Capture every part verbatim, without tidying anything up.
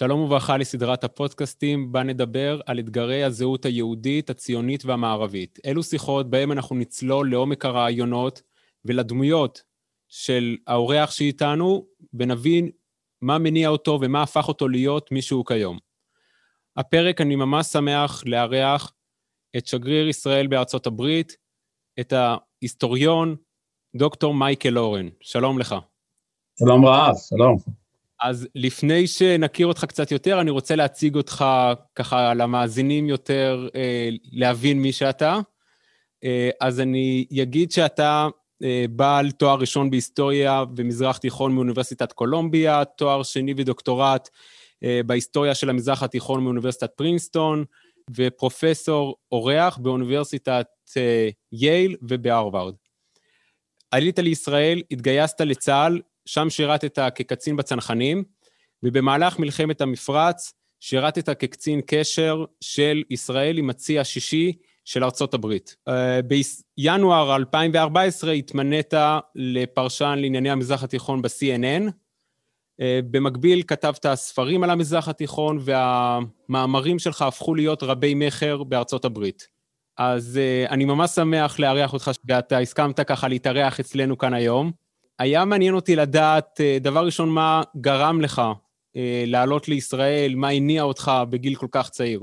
שלום וברכה לסדרת הפודקאסטים, בה נדבר על אתגרי הזהות היהודית, הציונית והמערבית. אלו שיחות בהם אנחנו נצלול לעומק הרעיונות ולדמויות של האורח שאיתנו, ונבין מה מניע אותו ומה הפך אותו להיות מישהו כיום. הפרק אני ממש שמח לארח את שגריר ישראל בארצות הברית, את ההיסטוריון דוקטור מייקל אורן. שלום לך. שלום רב, שלום. אז לפני שנכיר אותך קצת יותר, אני רוצה להציג אותך ככה למאזינים יותר, אה, להבין מי שאתה. אה, אז אני אגיד שאתה אה, בעל תואר ראשון בהיסטוריה במזרח תיכון מאוניברסיטת קולומביה, תואר שני ודוקטורט אה, בהיסטוריה של המזרח התיכון מאוניברסיטת פרינסטון, ופרופסור אורח באוניברסיטת אה, יייל ובהרווארד. עלית לישראל, התגייסת לצה"ל, שם שירתת כקצין בצנחנים, ובמהלך מלחמת המפרץ שירתת כקצין קשר של ישראל עם הצי השישי של ארצות הברית. בינואר אלפיים וארבע עשרה התמנית לפרשן לענייני המזרח התיכון ב-סי אן אן, במקביל כתבת ספרים על המזרח התיכון, והמאמרים שלך הפכו להיות רבי מחר בארצות הברית. אז אני ממש שמח לארח אותך, שאתה הסכמת ככה להתארח אצלנו כאן היום. היה מעניין אותי לדעת, דבר ראשון, מה גרם לך לעלות לישראל, מה הניע אותך בגיל כל כך צעיר?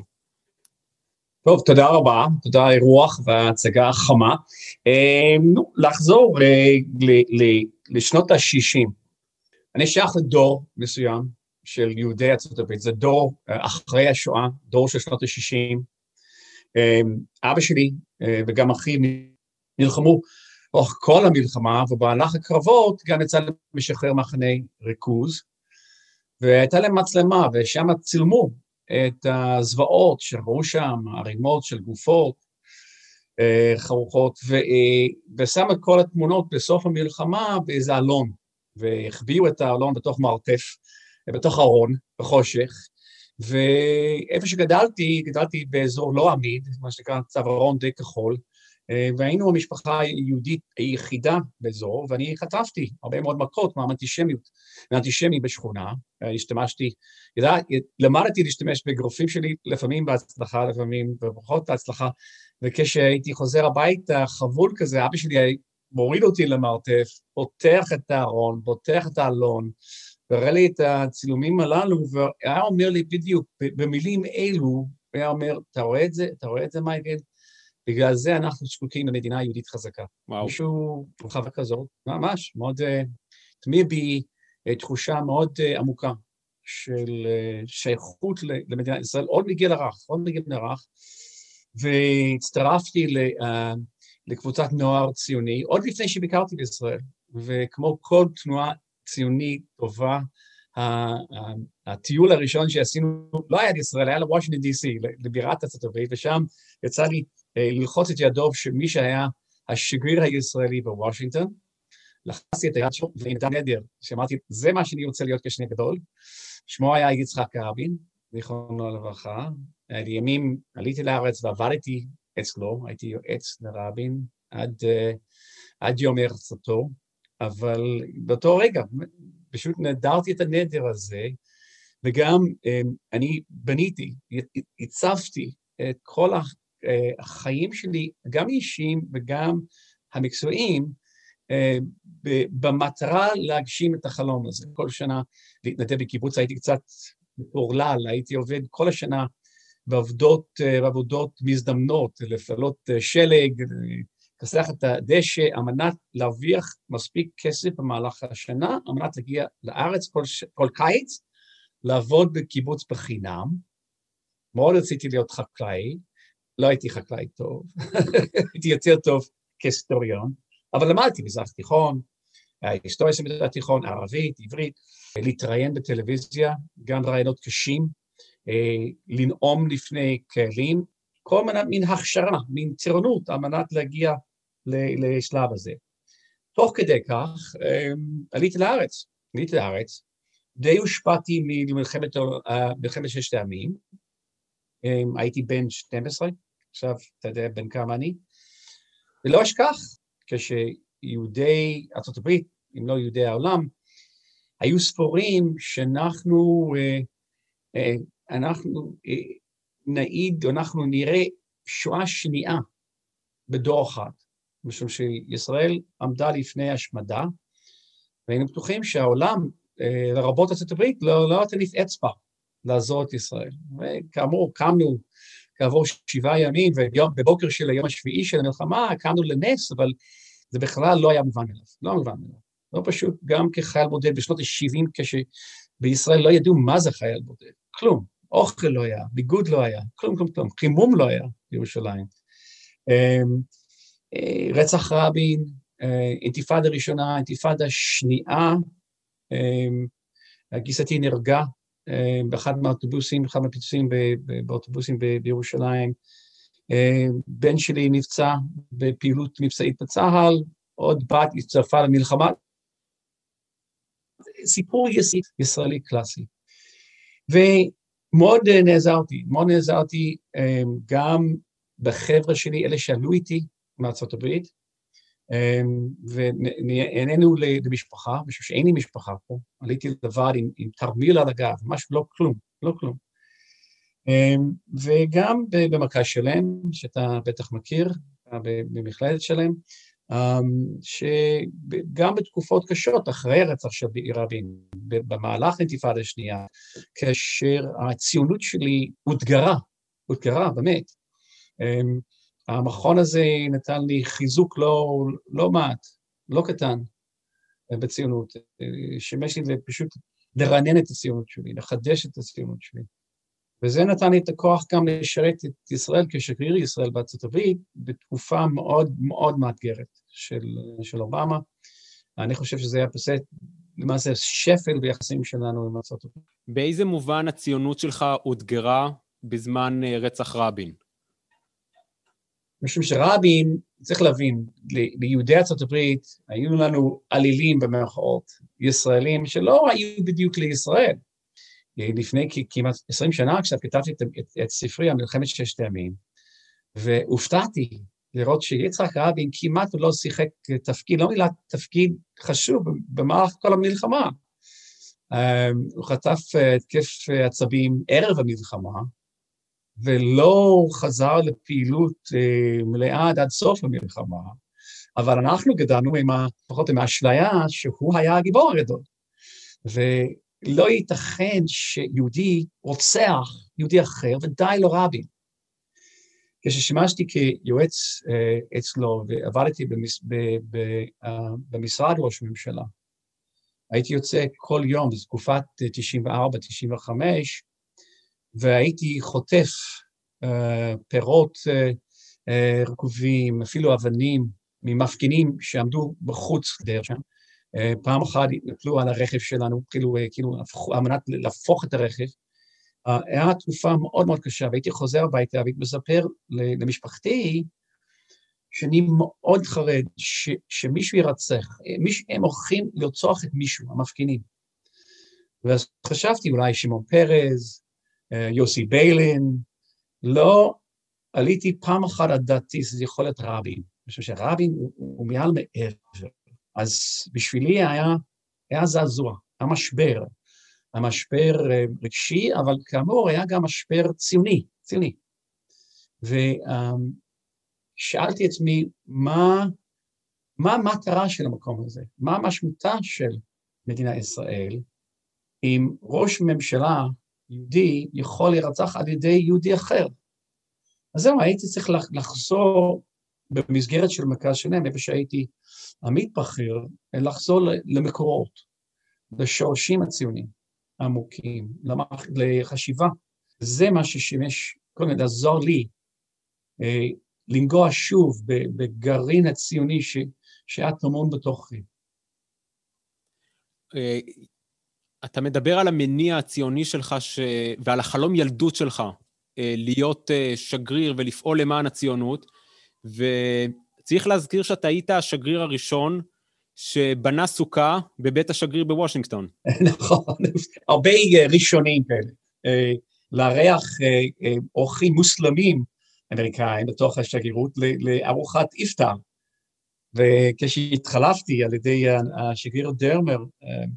טוב, תודה רבה, תודה על האירוח וההצגה החמה. נו, לחזור לשנות ה-שישים. אני שייך לדור מסוים של יהודי ארצות הברית, זה דור אחרי השואה, דור של שנות ה-שישים. אבא שלי וגם אחי נלחמו, אוך כל המלחמה, ובהלך הקרבות גם יצא למשחרר מחנה ריכוז, והייתה להם מצלמה, ושם צילמו את הזוועות שראו שם, הרימות של גופות, חרוכות, ושם את כל התמונות בסוף המלחמה באיזה אלון, והחביאו את האלון בתוך מרתף, בתוך ארון, בחושך, ואיפה שגדלתי, גדלתי באזור לא עמיד, מה שנקרא צווארון די כחול, והיינו המשפחה היהודית היחידה באזור, ואני חטפתי הרבה מאוד מכות מהאנטישמיות, מהאנטישמי בשכונה, השתמשתי, ידע, למדתי להשתמש בגרופים שלי, לפעמים בהצלחה, לפעמים בפחות בהצלחה, וכשהייתי חוזר הביתה, חבול כזה, אבא שלי מוריד אותי למרתף, פותח את הארון, פותח את האלון, וראה לי את הצילומים הללו, והיה אומר לי בדיוק, במילים אלו, היה אומר, אתה רואה את זה? אתה רואה את זה, מייקל? בגלל זה אנחנו זקוקים למדינה יהודית חזקה. וואו. מישהו חווה כזאת, ממש, מאוד, תמיד בי תחושה מאוד עמוקה של שייכות למדינת ישראל, עוד מגיל הרך, עוד מגיל הרך, והצטרפתי לקבוצת נוער ציוני, עוד לפני שביקרתי בישראל, וכמו כל תנועה ציונית טובה, הטיול הראשון שעשינו לא היה לישראל, היה לוושינגטון די סי, לבירת ארצות הברית, ושם יצא לי ללחוץ את ידו שמי שהיה השגריר הישראלי בוושינגטון, לחצתי את היד שלו ונדע נדר, שאמרתי, זה מה שאני רוצה להיות כשני גדול, שמו היה יצחק רבין, זיכרונו לברכה, לימים עליתי לארץ ועבדתי אצלו, הייתי יועץ לרבין עד, עד יום הרצתו, אבל באותו רגע פשוט נדרתי את הנדר הזה, וגם אני בניתי, הצפתי את כל החיים שלי, גם אישיים וגם המקצועיים, במטרה להגשים את החלום הזה. כל שנה להתנדב בקיבוץ, הייתי קצת פורלל, הייתי עובד כל השנה בעבודות, בעבודות מזדמנות, לפעלות שלג, כסח את הדשא, על מנת להרוויח מספיק כסף במהלך השנה, על מנת להגיע לארץ כל, כל קיץ, לעבוד בקיבוץ בחינם. מאוד רציתי להיות חקלאי, לא הייתי חקלאי טוב, הייתי יותר טוב כהיסטוריון, אבל למדתי מזרח תיכון, היסטוריה של מזרח תיכון, ערבית, עברית, להתראיין בטלוויזיה, גם רעיונות קשים, לנאום לפני קהלים, כל מיני מין הכשרה, מין ציונות, על מנת להגיע לשלב הזה. תוך כדי כך, עליתי לארץ, עליתי לארץ, די הושפעתי ממלחמת ששת הימים, הייתי בן שתים עשרה, עכשיו אתה יודע בן כמה אני, ולא אשכח, כשיהודי ארצות הברית, אם לא יהודי העולם, היו ספורים שאנחנו אנחנו נעיד, אנחנו נראה שואה שנייה בדור אחד, משום שישראל עמדה לפני השמדה, והיינו בטוחים שהעולם, לרבות ארצות הברית, לא, לא תניף אצבע לעזור את ישראל. וכאמור, קמנו כעבור שבעה ימים, ובבוקר של היום השביעי של המלחמה, קמנו לנס, אבל זה בכלל לא היה מובן אליו, לא מובן אליו. לא פשוט, גם כחייל בודד בשנות ה-שבעים, כשבישראל לא ידעו מה זה חייל בודד, כלום. אוכל לא היה, ביגוד לא היה, כלום, כלום, כלום. חימום לא היה בירושלים. רצח רבין, אינתיפאדה ראשונה, אינתיפאדה שנייה, גיסתי נרגע באחד מהאוטובוסים, אחד מהפיצוצים באוטובוסים בירושלים, בן שלי נפצע בפעילות מבצעית בצהל, עוד בת הצטרפה למלחמה, סיפור ישראלי קלאסי. ומאוד נעזרתי, מאוד נעזרתי גם בחבר'ה שלי, אלה שעלו איתי מארצות הברית, ונהנינו למשפחה, משום שאין לי משפחה פה, עליתי לבד עם, עם תרמיל על הגב, ממש לא כלום, לא כלום. וגם במרכז שלם, שאתה בטח מכיר, במכללת שלם, שגם בתקופות קשות, אחרי רצח של רבין, במהלך האינתיפאדה השנייה, כאשר הציונות שלי הותגרה, הותגרה, באמת. המכון הזה נתן לי חיזוק לא, לא מעט, לא קטן, בציונות, שימש לי פשוט לרענן את הציונות שלי, לחדש את הציונות שלי. וזה נתן לי את הכוח גם לשרת את ישראל כשגריר ישראל בארצות הברית, בתקופה מאוד מאוד מאתגרת של, של אובמה. אני חושב שזה היה פסט, למעשה שפל ביחסים שלנו עם ארצות הברית. באיזה מובן הציונות שלך הותגרה בזמן רצח רבין? משום שרבין, צריך להבין, ליהודי ארצות הברית, היו לנו עלילים במרכאות, ישראלים שלא היו בדיוק לישראל. לפני כמעט עשרים שנה, כשאת כתבתי את, את, את ספרי המלחמת ששת הימים, והופתעתי לראות שיצחק רבין כמעט לא שיחק תפקיד, לא מילא תפקיד חשוב במהלך כל המלחמה. הוא חטף התקף עצבים ערב המלחמה, ולא חזר לפעילות מלאה עד סוף המלחמה, אבל אנחנו גדלנו עם לפחות עם האשליה שהוא היה הגיבור הגדול. ולא ייתכן שיהודי רוצח יהודי אחר, ודי לו רבין. כששימשתי כיועץ אצלו, ועבדתי במש, במשרד ראש הממשלה, הייתי יוצא כל יום בתקופת תשעים וארבע תשעים וחמש, והייתי חוטף uh, פירות uh, uh, רקובים, אפילו אבנים, ממפגינים שעמדו בחוץ דרך שם. Uh, פעם אחת נפלו על הרכב שלנו, כאילו, uh, כאילו על מנת להפוך את הרכב. Uh, היה תקופה מאוד מאוד קשה, והייתי חוזר הביתה, והייתי מספר למשפחתי, שאני מאוד חרד ש, שמישהו ירצח, מישהו, הם הולכים לרצוח את מישהו, המפגינים. ואז חשבתי אולי שמעון פרז, יוסי ביילין, לא עליתי פעם אחת על דעתי, זה יכול להיות רבין. אני חושב שרבין הוא, הוא מעל מעבר. אז בשבילי היה, היה זעזוע, היה משבר. המשבר רגשי, אבל כאמור היה גם משבר ציוני, ציוני. ושאלתי את עצמי, מה, מה המטרה של המקום הזה? מה המשמעותה של מדינת ישראל, אם ראש ממשלה יהודי יכול להירצח על ידי יהודי אחר? אז זהו, הייתי צריך לחזור במסגרת של מרכז שלם, איפה שהייתי עמית בכיר, לחזור למקורות, לשורשים הציונים העמוקים, לחשיבה. זה מה ששימש, כל מיני, לעזור לי, לנגוע שוב בגרעין הציוני שהיה טמון בתוכי. אתה מדבר על המניע הציוני שלך ש... ועל החלום ילדות שלך, להיות שגריר ולפעול למען הציונות, וצריך להזכיר שאתה היית השגריר הראשון שבנה סוכה בבית השגריר בוושינגטון. נכון, הרבה ראשונים כאלה. לארח אורחים מוסלמים אמריקאים בתוך השגרירות לארוחת איפטר. וכשהתחלפתי על ידי השגריר דרמר,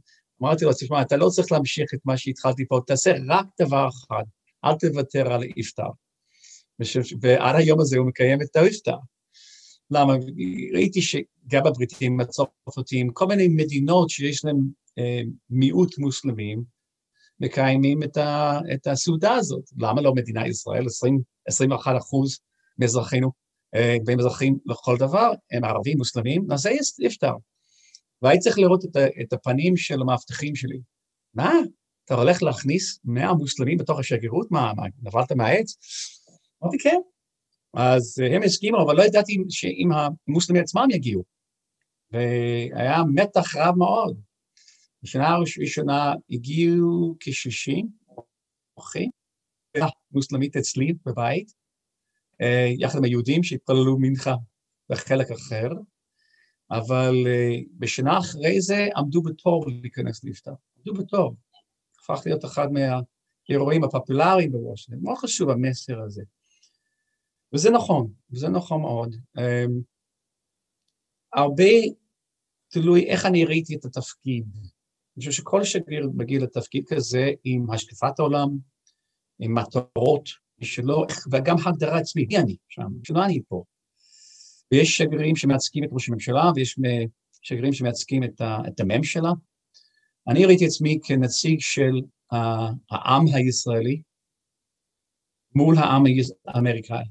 אמרתי לו, תשמע, אתה לא צריך להמשיך את מה שהתחלתי פה, תעשה רק דבר אחד, אל תוותר על האפטר. ועד היום הזה הוא מקיים את האפטר. למה? ראיתי שגם הבריטים, הצרפתים, כל מיני מדינות שיש להם אה, מיעוט מוסלמים, מקיימים את, ה, את הסעודה הזאת. למה לא מדינת ישראל? עשרים ואחד אחוז מאזרחינו, אה, והם אזרחים לכל דבר, הם ערבים, מוסלמים, נעשה אפטר. והייתי צריך לראות את, ה, את הפנים של המאבטחים שלי. מה? אתה הולך להכניס מאה מוסלמים בתוך השגרירות? מה, מה נפלת מהעץ? אמרתי, כן. אז הם הסכימו, אבל לא ידעתי שאם המוסלמים עצמם יגיעו. והיה מתח רב מאוד. בשנה הראשונה הגיעו כ-שישים אורחים, מוסלמית אצלי בבית, יחד עם היהודים שהתפללו מנחה בחלק אחר, אבל בשנה אחרי זה עמדו בתור להיכנס לאפטר. עמדו בתור. הפך להיות אחד מהאירועים הפופולריים בוושינגטון. מאוד חשוב המסר הזה. וזה נכון, וזה נכון מאוד. Um, הרבה תלוי איך אני ראיתי את התפקיד. אני חושב שכל שגריר מגיע לתפקיד כזה עם השקפת העולם, עם מטרות שלו, וגם הגדרה עצמית, מי אני שם, שלא אני פה. ויש שגרירים שמייצגים את ראש הממשלה, ויש שגרירים שמייצגים את, ה, את הממשלה. אני ראיתי עצמי כנציג של uh, העם הישראלי, מול העם האמריקאי.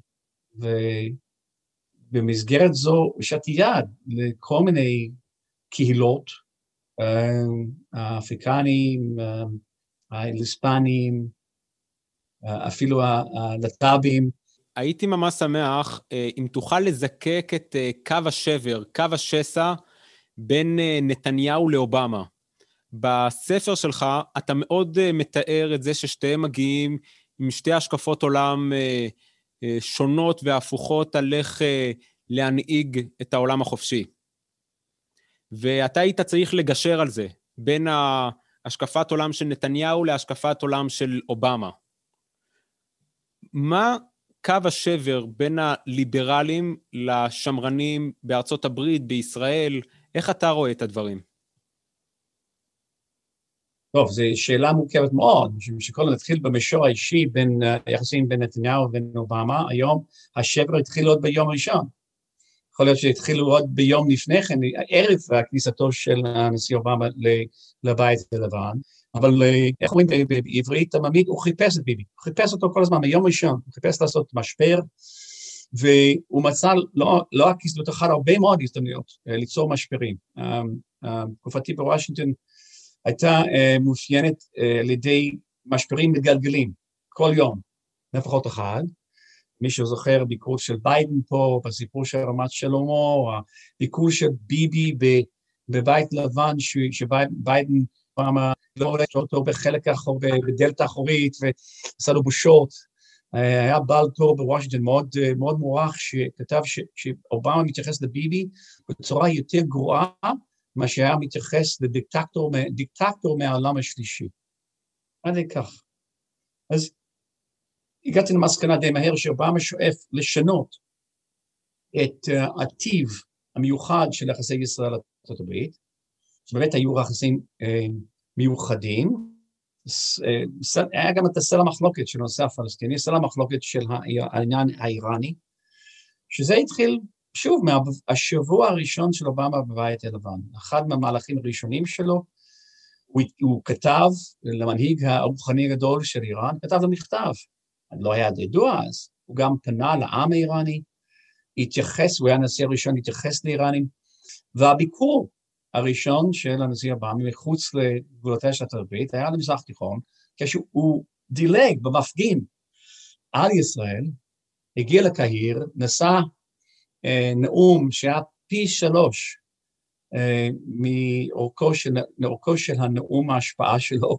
ובמסגרת זו השעתי יד לכל מיני קהילות, האפריקנים, הלספנים, אפילו הלט"בים. הייתי ממש שמח אם תוכל לזקק את קו השבר, קו השסע בין נתניהו לאובמה. בספר שלך אתה מאוד מתאר את זה ששתיהם מגיעים עם שתי השקפות עולם שונות והפוכות על איך להנהיג את העולם החופשי. ואתה היית צריך לגשר על זה, בין השקפת עולם של נתניהו להשקפת עולם של אובמה. מה קו השבר בין הליברלים לשמרנים בארצות הברית, בישראל? איך אתה רואה את הדברים? טוב, זו שאלה מורכבת מאוד, שכל נתחיל במישור האישי בין היחסים בין נתניהו ובין אובמה, היום השבר התחיל עוד ביום ראשון. יכול להיות שהתחילו עוד ביום לפני כן, ערב הכניסתו של הנשיא אובמה לבית הלבן, אבל איך אומרים בעברית עממית, הוא חיפש את ביבי, הוא חיפש אותו כל הזמן, ביום ראשון, הוא חיפש לעשות משבר, והוא מצא לא, לא רק הזדמנות אחת, הרבה מאוד הזדמנויות ליצור משברים. תקופתי בוושינגטון הייתה מאופיינת על ידי משברים מתגלגלים, כל יום, לפחות אחד, מישהו זוכר ביקור של ביידן פה, בסיפור של רמת שלמה, ביקור של ביבי בבית לבן, שביידן פעם לא הולך אותו בחלק האחורי, בדלת האחורית, ועשה לו בושות. היה בעל תור בוושינגטון מאוד, מאוד מוערך, שכתב שאובמה מתייחס לביבי בצורה יותר גרועה, מה שהיה מתייחס לדיקטטור, דיקטטור מהעולם השלישי. עד כך. אז הגעתי למסקנה די מהר שאובמה שואף לשנות את uh, הטיב המיוחד של יחסי ישראל לארצות הברית, שבאמת היו יחסים uh, מיוחדים, uh, היה גם את הסלע המחלוקת של הנושא הפלסטיני, סלע המחלוקת של העניין האיראני, שזה התחיל שוב מהשבוע הראשון של אובמה בבית הלבן, אחד מהמהלכים הראשונים שלו, הוא, הוא כתב למנהיג הרוחני הגדול של איראן, כתב לו מכתב, לא היה ידוע אז, הוא גם פנה לעם האיראני, התייחס, הוא היה הנשיא הראשון, התייחס לאיראנים, והביקור הראשון של הנשיא אובמה מחוץ לגבולותיה של ארצות הברית, היה למזרח תיכון, כשהוא דילג במפגין על ישראל, הגיע לקהיר, נשא אה, נאום שהיה פי שלוש אה, מאורכו של, מאורכו של הנאום ההשפעה שלו,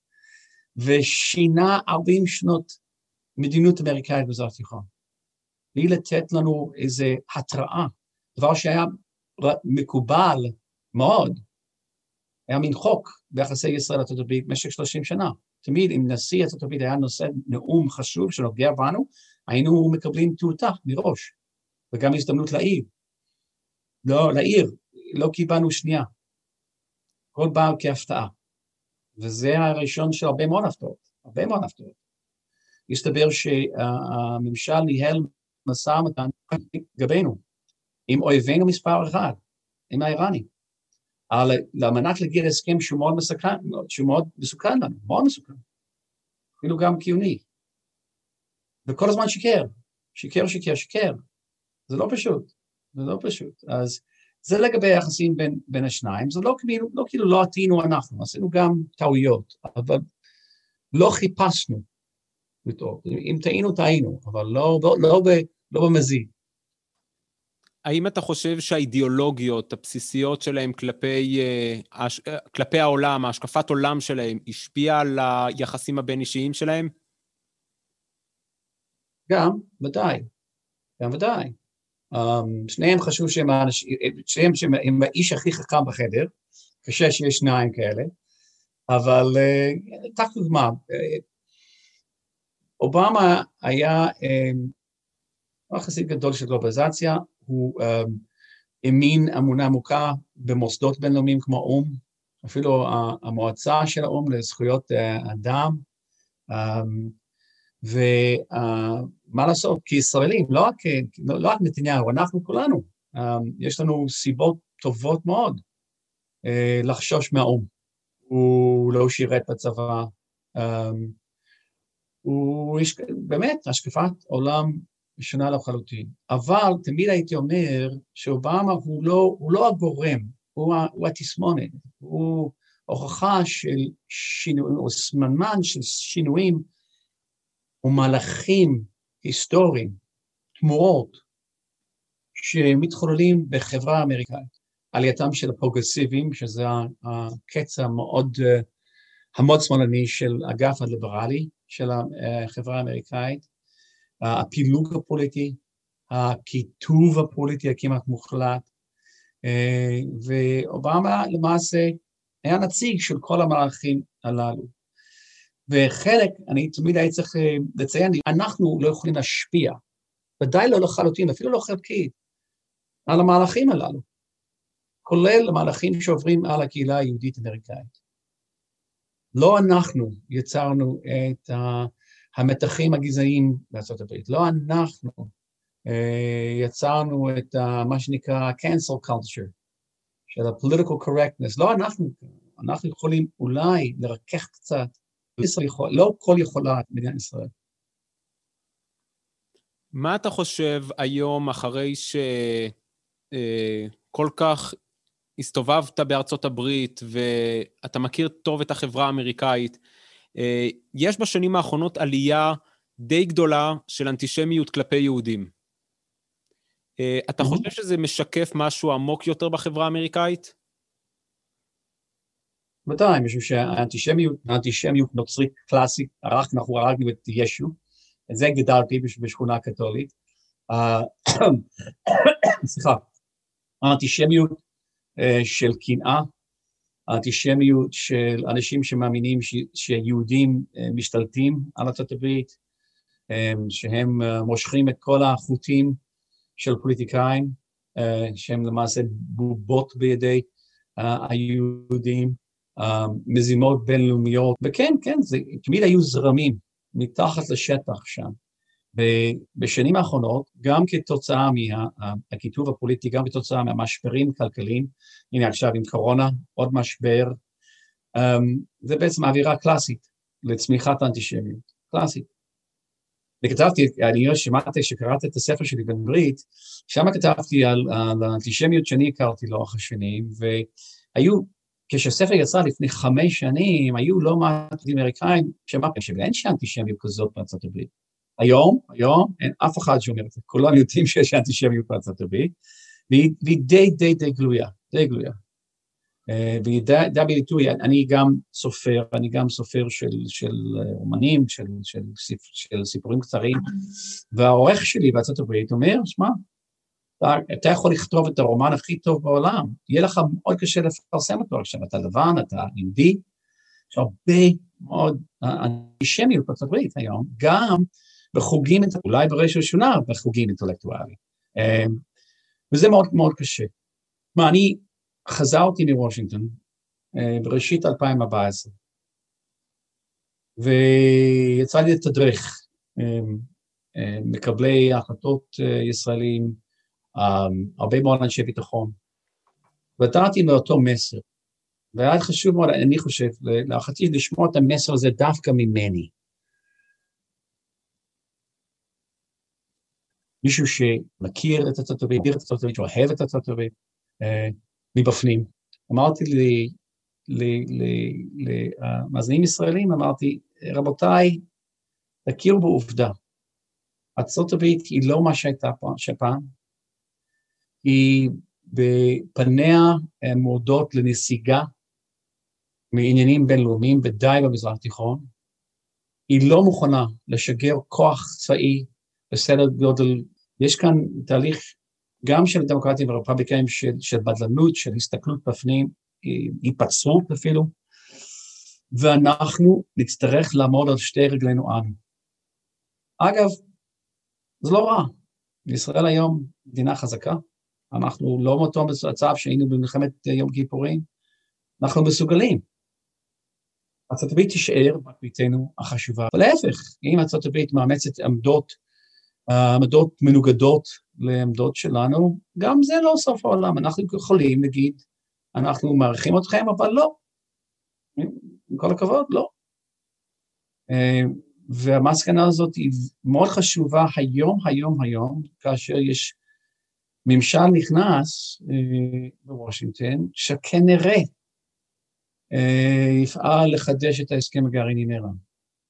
ושינה ארבעים שנות מדיניות אמריקאית במזרח התיכון. בלי לתת לנו איזו התראה, דבר שהיה מקובל מאוד, היה מין חוק ביחסי ישראל לארצות הברית במשך שלושים שנה. תמיד אם נשיא ארצות הברית היה נושא נאום חשוב שנוגע בנו, היינו מקבלים תעודה מראש, וגם הזדמנות לעיר. לא, לעיר, לא קיבלנו שנייה. כל בא כהפתעה. וזה הראשון של הרבה מאוד הפתעות, הרבה מאוד הפתעות. הסתבר שהממשל ניהל משא ומתן גבינו, עם אויבינו מספר אחד, עם האיראנים, על מנת להגיע להסכם שהוא מאוד מסוכן, שהוא מאוד מסוכן לנו, מאוד מסוכן, אפילו גם קיומי. וכל הזמן שיקר, שיקר, שיקר, שיקר. זה לא פשוט, זה לא פשוט. אז זה לגבי היחסים בין, בין השניים, זה לא כאילו, לא כאילו לא עתינו אנחנו, עשינו גם טעויות, אבל לא חיפשנו לטעות. אם טעינו, טעינו, אבל לא, לא, לא, לא במזיד. האם אתה חושב שהאידיאולוגיות הבסיסיות שלהם כלפי, כלפי העולם, ההשקפת עולם שלהם, השפיעה על היחסים הבין-אישיים שלהם? גם, ודאי, גם ודאי. Um, שניהם חשבו שהם האנשים, שניהם שהם האיש הכי חכם בחדר, קשה שיש שניים כאלה, אבל uh, תח דוגמה, uh, אובמה היה uh, חסיד גדול של גלובליזציה, הוא um, האמין אמונה עמוקה במוסדות בינלאומיים כמו או"ם, אפילו uh, המועצה של האו"ם לזכויות uh, אדם, um, ומה לעשות, כישראלים, לא רק, לא, לא רק נתניהו, אנחנו כולנו, יש לנו סיבות טובות מאוד לחשוש מהאו"ם. הוא לא שירת בצבא, הוא באמת השקפת עולם שונה לחלוטין, אבל תמיד הייתי אומר שאובמה הוא לא, הוא לא הגורם, הוא, הוא התסמונת, הוא הוכחה של שינויים, או סממן של שינויים, ומהלכים היסטוריים, תמורות, שמתחוללים בחברה האמריקאית, עלייתם של הפרוגרסיבים, שזה הקץ המאוד, המאוד שמאלני של אגף הליברלי של החברה האמריקאית, הפילוג הפוליטי, הכיתוב הפוליטי הכמעט מוחלט, ואובמה למעשה היה נציג של כל המהלכים הללו. וחלק, אני תמיד הייתי צריך לציין, אנחנו לא יכולים להשפיע, ודאי לא לחלוטין, אפילו לא חלקית, על המהלכים הללו, כולל המהלכים שעוברים על הקהילה היהודית אמריקאית. לא אנחנו יצרנו את המתחים הגזעיים בארצות הברית, לא אנחנו יצרנו את מה שנקרא cancel culture, של ה-political correctness, לא אנחנו, אנחנו יכולים אולי לרכך קצת, לא כל יכולה את מדינת ישראל. מה אתה חושב היום אחרי שכל כך הסתובבת בארצות הברית ואתה מכיר טוב את החברה האמריקאית, יש בשנים האחרונות עלייה די גדולה של אנטישמיות כלפי יהודים. אתה חושב שזה משקף משהו עמוק יותר בחברה האמריקאית? ודאי, משום שהאנטישמיות, האנטישמיות נוצרית קלאסית, אנחנו הרגנו את ישו, את זה גדלתי בשכונה קתולית, סליחה, האנטישמיות של קנאה, האנטישמיות של אנשים שמאמינים שיהודים משתלטים על ארצות הברית, שהם מושכים את כל החוטים של פוליטיקאים, שהם למעשה בובות בידי היהודים, מזימות בינלאומיות, וכן, כן, זה תמיד היו זרמים מתחת לשטח שם. בשנים האחרונות, גם כתוצאה מהכיתוב הפוליטי, גם כתוצאה מהמשברים הכלכליים, הנה עכשיו עם קורונה, עוד משבר, זה בעצם האווירה קלאסית לצמיחת האנטישמיות, קלאסית. וכתבתי, אני שמעתי שקראת את הספר שלי בעברית, שם כתבתי על, על האנטישמיות שאני הכרתי לאורך השנים, והיו, כשהספר יצא לפני חמש שנים, היו לא מעט אמריקאים שאמרו שאין שאנטישמיות כזאת בארצות הברית. היום, היום, אין אף אחד שאומר את זה, כולם יודעים שיש אנטישמיות בארצות הברית, והיא די די די גלויה, די גלויה. והיא די ביטוי, אני גם סופר, אני גם סופר של, של אומנים, של, של, של סיפורים קצרים, והעורך שלי בארצות הברית אומר, שמע, אתה, אתה יכול לכתוב את הרומן הכי טוב בעולם, יהיה לך מאוד קשה לפרסם אותו עכשיו, אתה לבן, אתה יהודי, יש הרבה מאוד אנטישמיות בארצות הברית היום, גם בחוגים, אולי בראש ראשונה בחוגים אינטלקטואליים, וזה מאוד מאוד קשה. מה, אני חזרתי מוושינגטון בראשית אלפיים וארבע עשרה, ויצא לי לתדרך מקבלי החלטות ישראלים, הרבה מאוד אנשי ביטחון, ודעתי מאותו מסר, והיה חשוב מאוד, אני חושב, להחלטי לשמוע את המסר הזה דווקא ממני. מישהו שמכיר את ארצות הברית, מכיר את ארצות הברית, שאוהב את ארצות הברית, מבפנים. אמרתי למאזינים ישראלים, אמרתי, רבותיי, תכירו בעובדה. ארצות הברית היא לא מה שהייתה פעם, היא בפניה מועדות לנסיגה מעניינים בינלאומיים, בדי במזרח התיכון, היא לא מוכנה לשגר כוח צבאי בסדר גודל, יש כאן תהליך גם של דמוקרטים ורפובליקאים של, של בדלנות, של הסתכלות בפנים, היפצרות אפילו, ואנחנו נצטרך לעמוד על שתי רגלינו אנו. אגב, זה לא רע, ישראל היום מדינה חזקה, אנחנו לא מאותו מצב שהיינו במלחמת יום כיפורים, אנחנו מסוגלים. ארצות הברית תישאר בקביעתנו החשובה, ולהפך, אם ארצות הברית מאמצת עמדות, עמדות מנוגדות לעמדות שלנו, גם זה לא סוף העולם, אנחנו יכולים להגיד, אנחנו מעריכים אתכם, אבל לא. עם כל הכבוד, לא. והמסקנה הזאת היא מאוד חשובה היום, היום, היום, כאשר יש ממשל נכנס בוושינגטון, שכנראה יפעל לחדש את ההסכם הגרעיני עם איראן.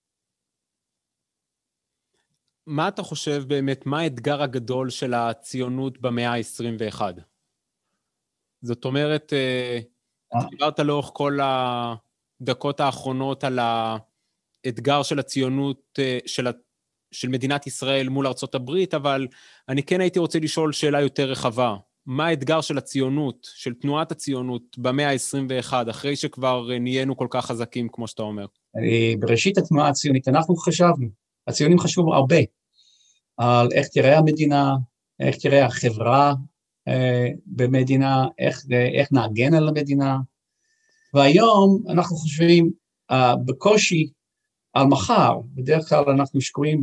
מה אתה חושב באמת, מה האתגר הגדול של הציונות במאה ה-עשרים ואחת? זאת אומרת, דיברת לאורך כל הדקות האחרונות על האתגר של הציונות של, של מדינת ישראל מול ארצות הברית, אבל אני כן הייתי רוצה לשאול שאלה יותר רחבה. מה האתגר של הציונות, של תנועת הציונות במאה ה-עשרים ואחת, אחרי שכבר נהיינו כל כך חזקים, כמו שאתה אומר? בראשית התנועה הציונית, אנחנו חשבנו, הציונים חשבו הרבה, על איך תראה המדינה, איך תראה החברה אה, במדינה, איך, איך נאגן על המדינה, והיום אנחנו חושבים אה, בקושי על מחר, בדרך כלל אנחנו שקועים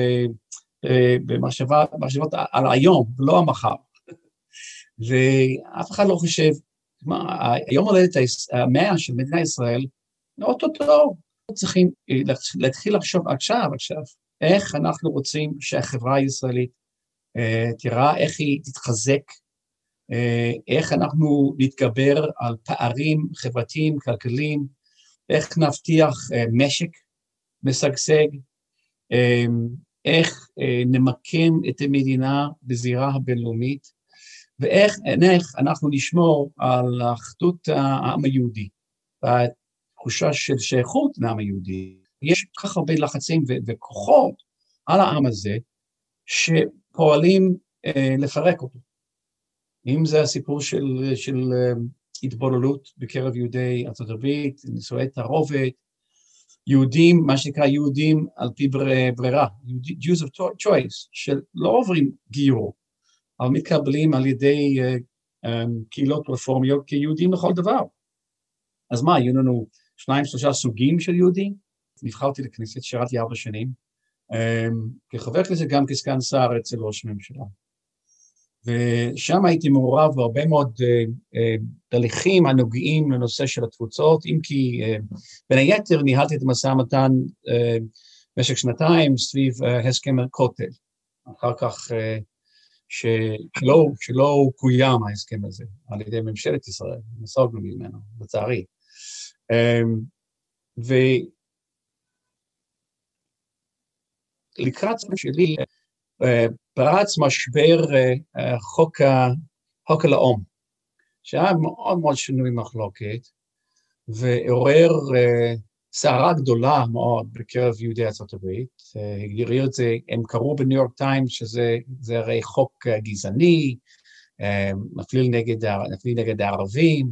במחשבות על היום, לא המחר, ואף אחד לא חושב, מה, היום הולדת המאה של מדינת ישראל, אוטוטו, צריכים להתחיל לחשוב עכשיו, עכשיו, איך אנחנו רוצים שהחברה הישראלית אה, תראה, איך היא תתחזק, אה, איך אנחנו נתגבר על פערים חברתיים, כלכליים, איך נבטיח אה, משק משגשג, אה, איך אה, נמקם את המדינה בזירה הבינלאומית, ואיך איך אנחנו נשמור על אחדות העם היהודי, והתחושה של שייכות לעם היהודי. יש כך הרבה לחצים ו- וכוחות על העם הזה, שפועלים אה, לפרק אותו. אם זה הסיפור של, של אה, התבוללות בקרב יהודי ארצות הברית, נישואי תערובת, יהודים, מה שנקרא יהודים על פי ברירה, Jews of choice, שלא עוברים גיור, אבל מתקבלים על ידי אה, אה, קהילות רפורמיות כיהודים לכל דבר. אז מה, יהיו לנו שניים, שלושה סוגים של יהודים? נבחרתי לכנסת, שירתי ארבע שנים, כחבר כנסת גם כסגן שר אצל ראש הממשלה. ושם הייתי מעורב בהרבה מאוד תהליכים הנוגעים לנושא של התפוצות, אם כי בין היתר ניהלתי את המשא ומתן במשך שנתיים סביב הסכם הכותל. אחר כך שלא, שלא קוים ההסכם הזה על ידי ממשלת ישראל, נסוגנו ממנו, לצערי. ו... לקראת שלי, פרץ משבר חוק, חוק הלאום, שהיה מאוד מאוד שנוי מחלוקת, ועורר סערה גדולה מאוד בקרב יהודי ארצות הברית. הראו את זה, הם קראו בניו יורק טיימס שזה הרי חוק גזעני, מפליל נגד, מפליל נגד הערבים,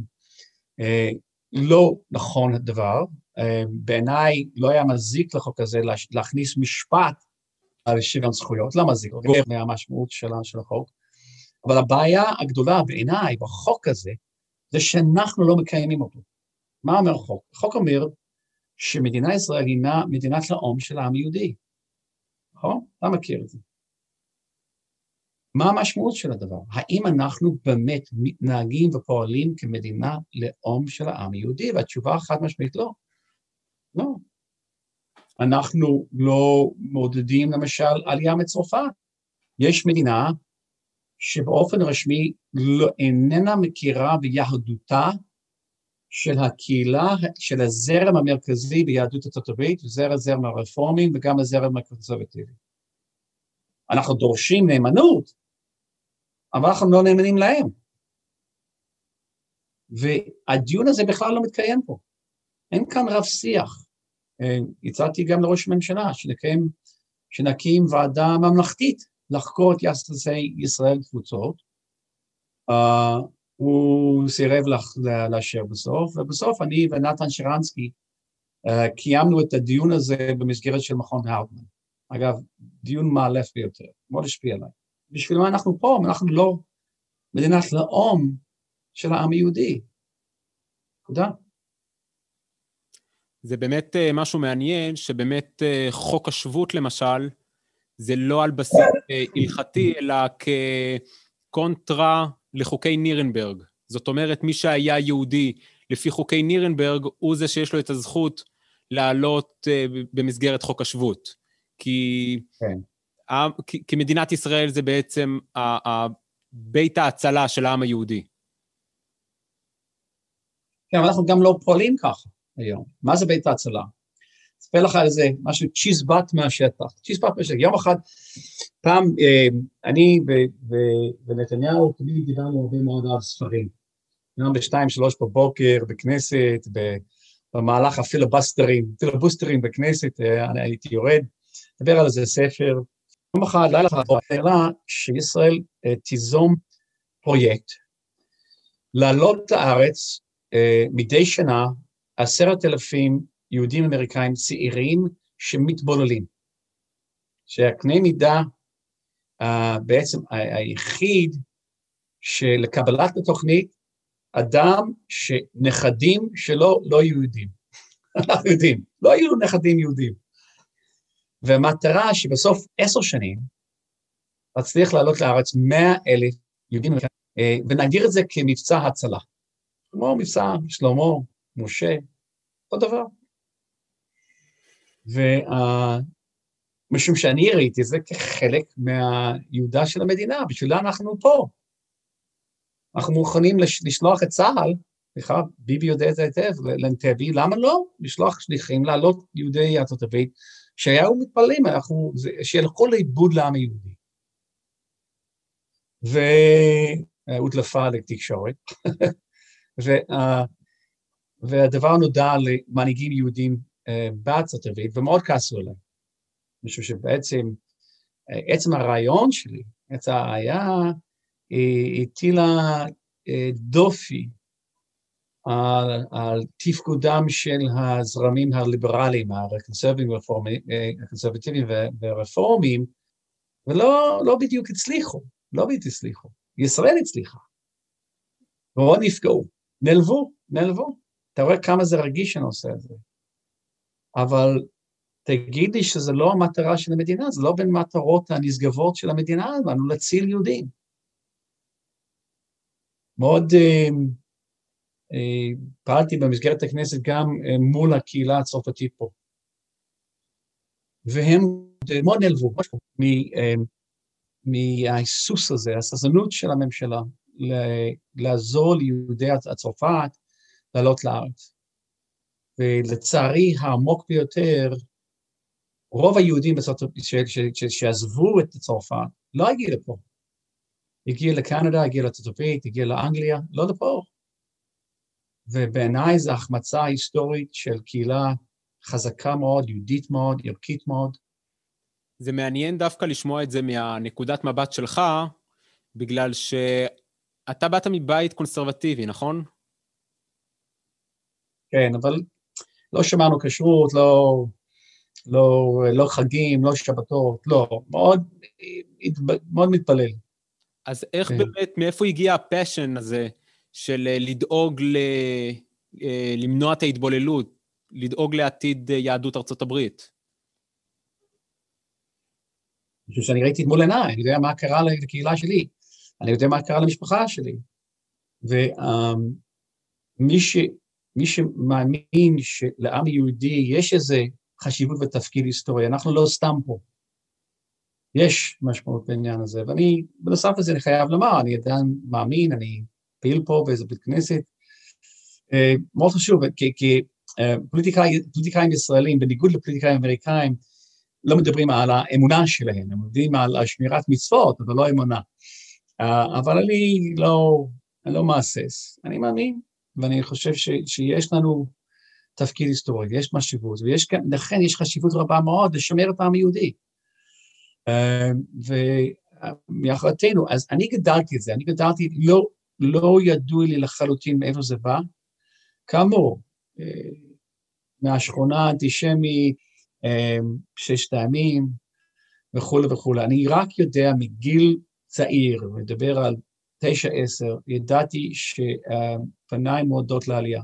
לא נכון הדבר, בעיניי לא היה מזיק לחוק הזה להכניס משפט על שוויון זכויות, לא מזיק, לא מהמשמעות שלנו של החוק, אבל הבעיה הגדולה בעיניי בחוק הזה, זה שאנחנו לא מקיימים אותו. מה אומר החוק? החוק אומר שמדינת ישראל היא מדינת לאום של העם היהודי. נכון? אתה מכיר את זה. מה המשמעות של הדבר? האם אנחנו באמת מתנהגים ופועלים כמדינה לאום של העם היהודי? והתשובה חד משמעית לא. לא. אנחנו לא מעודדים למשל עלייה מצרפת. יש מדינה שבאופן רשמי לא, איננה מכירה ביהדותה של הקהילה, של הזרם המרכזי ביהדות ארצות הברית, וזה הזרם הרפורמי וגם הזרם הקונסרבטיבי. אנחנו דורשים נאמנות, אבל אנחנו לא נאמנים להם. והדיון הזה בכלל לא מתקיים פה. אין כאן רב שיח. הצעתי גם לראש הממשלה שנקיים, שנקים ועדה ממלכתית לחקור את יחסי ישראל תפוצות. Uh, הוא סירב לאשר בסוף, ובסוף אני ונתן שרנסקי uh, קיימנו את הדיון הזה במסגרת של מכון הרטמן. אגב, דיון מאלף ביותר, מאוד השפיע עליי. בשביל מה אנחנו פה? אנחנו לא מדינת לאום של העם היהודי. תודה. זה באמת משהו מעניין, שבאמת חוק השבות למשל, זה לא על בסיס הלכתי, אלא כקונטרה לחוקי נירנברג. זאת אומרת, מי שהיה יהודי לפי חוקי נירנברג, הוא זה שיש לו את הזכות לעלות במסגרת חוק השבות. כי, כן. כי, כי מדינת ישראל זה בעצם בית ההצלה של העם היהודי. כן, אבל אנחנו גם לא פועלים ככה היום. מה זה בית ההצלה? אספר לך על זה משהו צ'יזבט מהשטח. צ'יזבט מהשטח. יום אחד, פעם, אני ונתניהו תמיד דיברנו הרבה מאוד על ספרים. גם בשתיים, שלוש בבוקר, בכנסת, במהלך הפילבסטרים, פילבוסטרים בכנסת, אני הייתי יורד, דבר על איזה ספר. יום אחד, לילה אחד, שאלה שישראל תיזום פרויקט, לעלות לארץ מדי שנה עשרת אלפים יהודים אמריקאים צעירים שמתבוללים. שהקנה מידה uh, בעצם היחיד שלקבלת התוכנית, אדם שנכדים שלו לא יהודים. אנחנו יודעים, לא יהיו נכדים יהודים. והמטרה שבסוף עשר שנים, תצליח לעלות לארץ מאה אלף יהודים אמריקאים, uh, ונגדיר את זה כמבצע הצלה. כמו מבצע שלמה, משה, אותו דבר. ומשום שאני ראיתי את זה כחלק מהיהודה של המדינה, בשבילה אנחנו פה. אנחנו מוכנים לשלוח את צה"ל, בכלל, ביבי יודע את זה היטב, לנטבי, למה לא? לשלוח שליחים, לעלות יהודי ארצות הברית, שהיו מתפללים, אנחנו, שילכו לאיבוד לעם היהודי. והודלפה לתקשורת. וה, והדבר נודע למנהיגים יהודים uh, בארצות הברית, ומאוד כעסו עליהם. משום שבעצם, uh, עצם הרעיון שלי, עצה היה, uh, הטילה uh, דופי על, על תפקודם של הזרמים הליברליים, הקונסרבטיביים והרפורמיים, ולא לא בדיוק הצליחו, לא בדיוק הצליחו. ישראל הצליחה. מאוד נפגעו. נלבו, נלבו. אתה רואה כמה זה רגיש שאני עושה את זה. אבל תגיד לי שזה לא המטרה של המדינה, זה לא בין מטרות הנשגבות של המדינה, לנו להציל יהודים. מאוד אה, אה, פעלתי במסגרת הכנסת גם אה, מול הקהילה הצרפתית פה. והם מאוד נלבו, אה, מההיסוס הזה, הססנות של הממשלה, לעזור ליהודי הצרפת לעלות לארץ. ולצערי העמוק ביותר, רוב היהודים שעזבו את צרפת לא הגיעו לפה. הגיעו לקנדה, הגיעו לארצות הברית, הגיעו לאנגליה, לא לפה. ובעיניי זו החמצה היסטורית של קהילה חזקה מאוד, יהודית מאוד, ערכית מאוד. זה מעניין דווקא לשמוע את זה מהנקודת מבט שלך, בגלל שאתה באת מבית קונסרבטיבי, נכון? כן, אבל לא שמענו כשרות, לא, לא, לא חגים, לא שבתות, לא, מאוד, מאוד מתפלל. אז איך כן. באמת, מאיפה הגיע הפשן הזה של לדאוג ל, למנוע את ההתבוללות? לדאוג לעתיד יהדות ארצות הברית? אני חושב שאני ראיתי את מול עיניי, אני יודע מה קרה לקהילה שלי, אני יודע מה קרה למשפחה שלי, ומי ש, מי שמאמין שלעם היהודי יש איזה חשיבות ותפקיד היסטורי, אנחנו לא סתם פה. יש משמעות בעניין הזה, ואני, בנוסף לזה, אני חייב לומר, אני עדיין מאמין, אני פעיל פה באיזה בית כנסת, מאוד חשוב, כי פוליטיקאים ישראלים, בניגוד לפוליטיקאים אמריקאים, לא מדברים על האמונה שלהם, הם מדברים על שמירת מצוות, אבל לא אמונה. אבל אני לא, אני לא מעשש, אני מאמין, ואני חושב ש, שיש לנו תפקיד היסטורי, יש משמעות, ולכן יש חשיבות רבה מאוד לשמר את העם היהודי. ומאחרתנו, אז אני גדלתי את זה, אני גדלתי, לא, לא ידעו לי לחלוטין מאיפה זה בא, כאמור, מהשכונה האנטישמי, ששת הימים, וכו' וכו'. אני רק יודע מגיל צעיר, מדבר על תשע עשר, ידעתי שפניי מועדות לעלייה.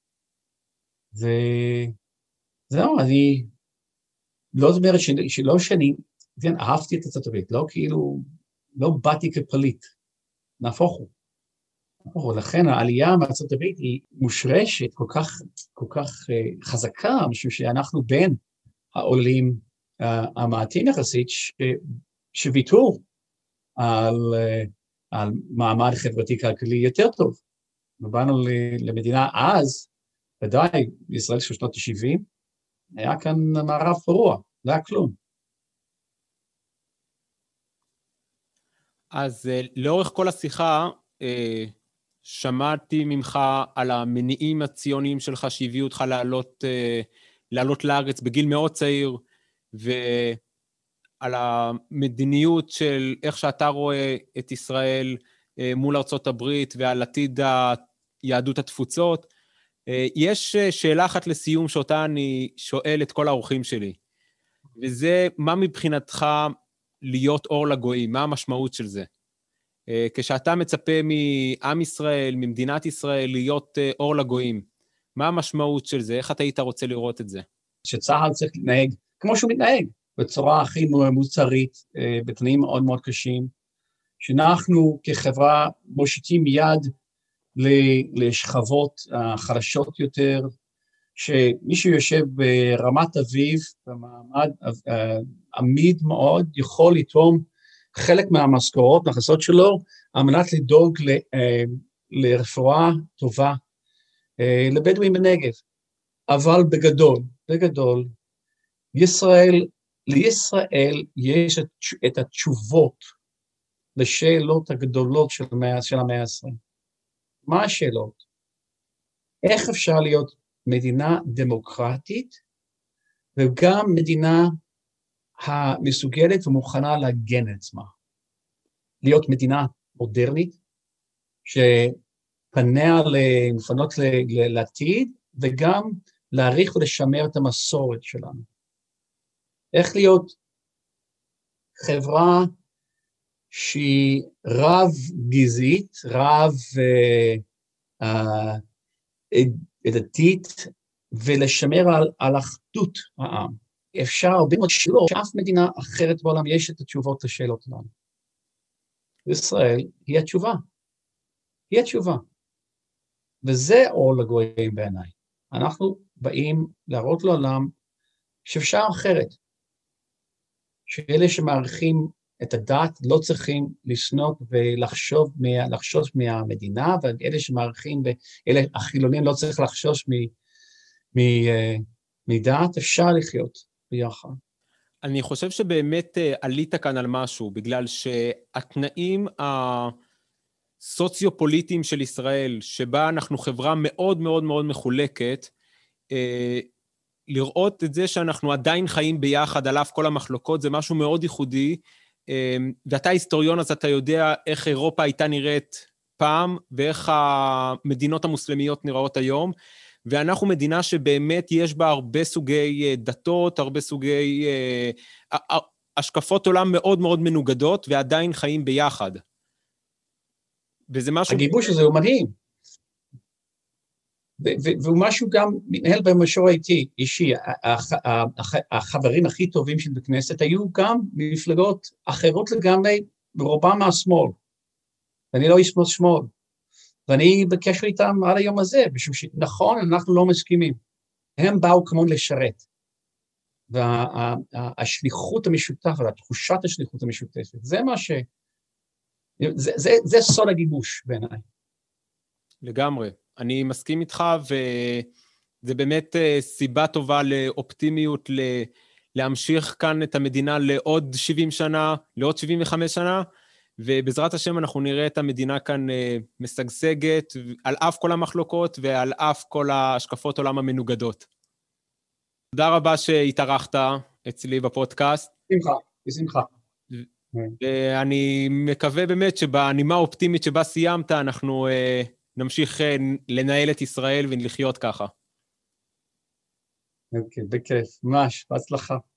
וזהו, אני לא זאת אומרת שלא שאני, כן, אהבתי את ארצות הברית, לא כאילו, לא באתי כפליט, נהפוך הוא. ולכן העלייה מארצות הברית היא מושרשת כל כך, כל כך uh, חזקה, משום שאנחנו בין העולים uh, המעטים יחסית, ש, שוויתור על, uh, על מעמד חברתי-כלכלי יותר טוב. ובאנו למדינה אז, ודאי, בישראל של שנות ה-שבעים, היה כאן מערב פרוע, לא היה כלום. אז uh, לאורך כל השיחה, uh... שמעתי ממך על המניעים הציוניים שלך שהביאו אותך לעלות, לעלות לארץ בגיל מאוד צעיר, ועל המדיניות של איך שאתה רואה את ישראל מול ארצות הברית ועל עתיד יהדות התפוצות. יש שאלה אחת לסיום שאותה אני שואל את כל האורחים שלי, וזה מה מבחינתך להיות אור לגויים, מה המשמעות של זה? כשאתה מצפה מעם ישראל, ממדינת ישראל, להיות אור לגויים, מה המשמעות של זה? איך אתה היית רוצה לראות את זה? שצה"ל צריך להתנהג כמו שהוא מתנהג, בצורה הכי מוצרית, בתנאים מאוד מאוד קשים, שאנחנו כחברה מושיטים יד לשכבות החלשות יותר, שמי שיושב ברמת אביב, במעמד עמיד מאוד, יכול לתרום חלק מהמשכורות, מהכנסות שלו, על מנת לדאוג ל, לרפואה טובה לבדואים בנגב. אבל בגדול, בגדול, ישראל, לישראל יש את, את התשובות לשאלות הגדולות של המאה, של המאה העשרים. מה השאלות? איך אפשר להיות מדינה דמוקרטית, וגם מדינה המסוגלת ומוכנה להגן את עצמה. להיות מדינה מודרנית, שפניה לפנות לעתיד, וגם להעריך ולשמר את המסורת שלנו. איך להיות חברה שהיא רב גזעית, רב עדתית, ולשמר על, על אחדות העם. אפשר הרבה מאוד שאלות, שאף מדינה אחרת בעולם יש את התשובות לשאלות שלנו. ישראל היא התשובה. היא התשובה. וזה אור לגויים בעיניי. אנחנו באים להראות לעולם שאפשר אחרת. שאלה שמעריכים את הדת לא צריכים לשנות ולחשוב מה, לחשוש מהמדינה, ואלה שמעריכים, ואלה החילונים לא צריך לחשוש מ, מ, מדעת, אפשר לחיות. ביחד. אני חושב שבאמת עלית כאן על משהו, בגלל שהתנאים הסוציו-פוליטיים של ישראל, שבה אנחנו חברה מאוד מאוד מאוד מחולקת, לראות את זה שאנחנו עדיין חיים ביחד, על אף כל המחלוקות, זה משהו מאוד ייחודי, ואתה היסטוריון, אז אתה יודע איך אירופה הייתה נראית פעם, ואיך המדינות המוסלמיות נראות היום, ואנחנו מדינה שבאמת יש בה הרבה סוגי דתות, הרבה סוגי השקפות עולם מאוד מאוד מנוגדות, ועדיין חיים ביחד. וזה משהו... הגיבוש הזה הוא מדהים. והוא משהו גם מתנהל במישור האיטי, אישי, החברים הכי טובים של בכנסת היו גם ממפלגות אחרות לגמרי, ברובם מהשמאל, ואני לא איש שמאל, ואני בקשר איתם עד היום הזה, משום שנכון, אנחנו לא מסכימים, הם באו כמובן לשרת, והשליחות המשותפת, התחושת השליחות המשותפת, זה מה ש... זה, זה, זה סוד הגיבוש בעיניי. לגמרי. אני מסכים איתך, וזה באמת סיבה טובה לאופטימיות, להמשיך כאן את המדינה לעוד שבעים שנה, לעוד שבעים וחמש שנה, ובעזרת השם אנחנו נראה את המדינה כאן משגשגת, על אף כל המחלוקות ועל אף כל השקפות עולם המנוגדות. תודה רבה שהתארחת אצלי בפודקאסט. בשמחה, בשמחה. ואני מקווה באמת שבנימה האופטימית שבה סיימת, אנחנו נמשיך לנהל את ישראל ולחיות ככה. אוקיי, בכיף, ממש, בהצלחה.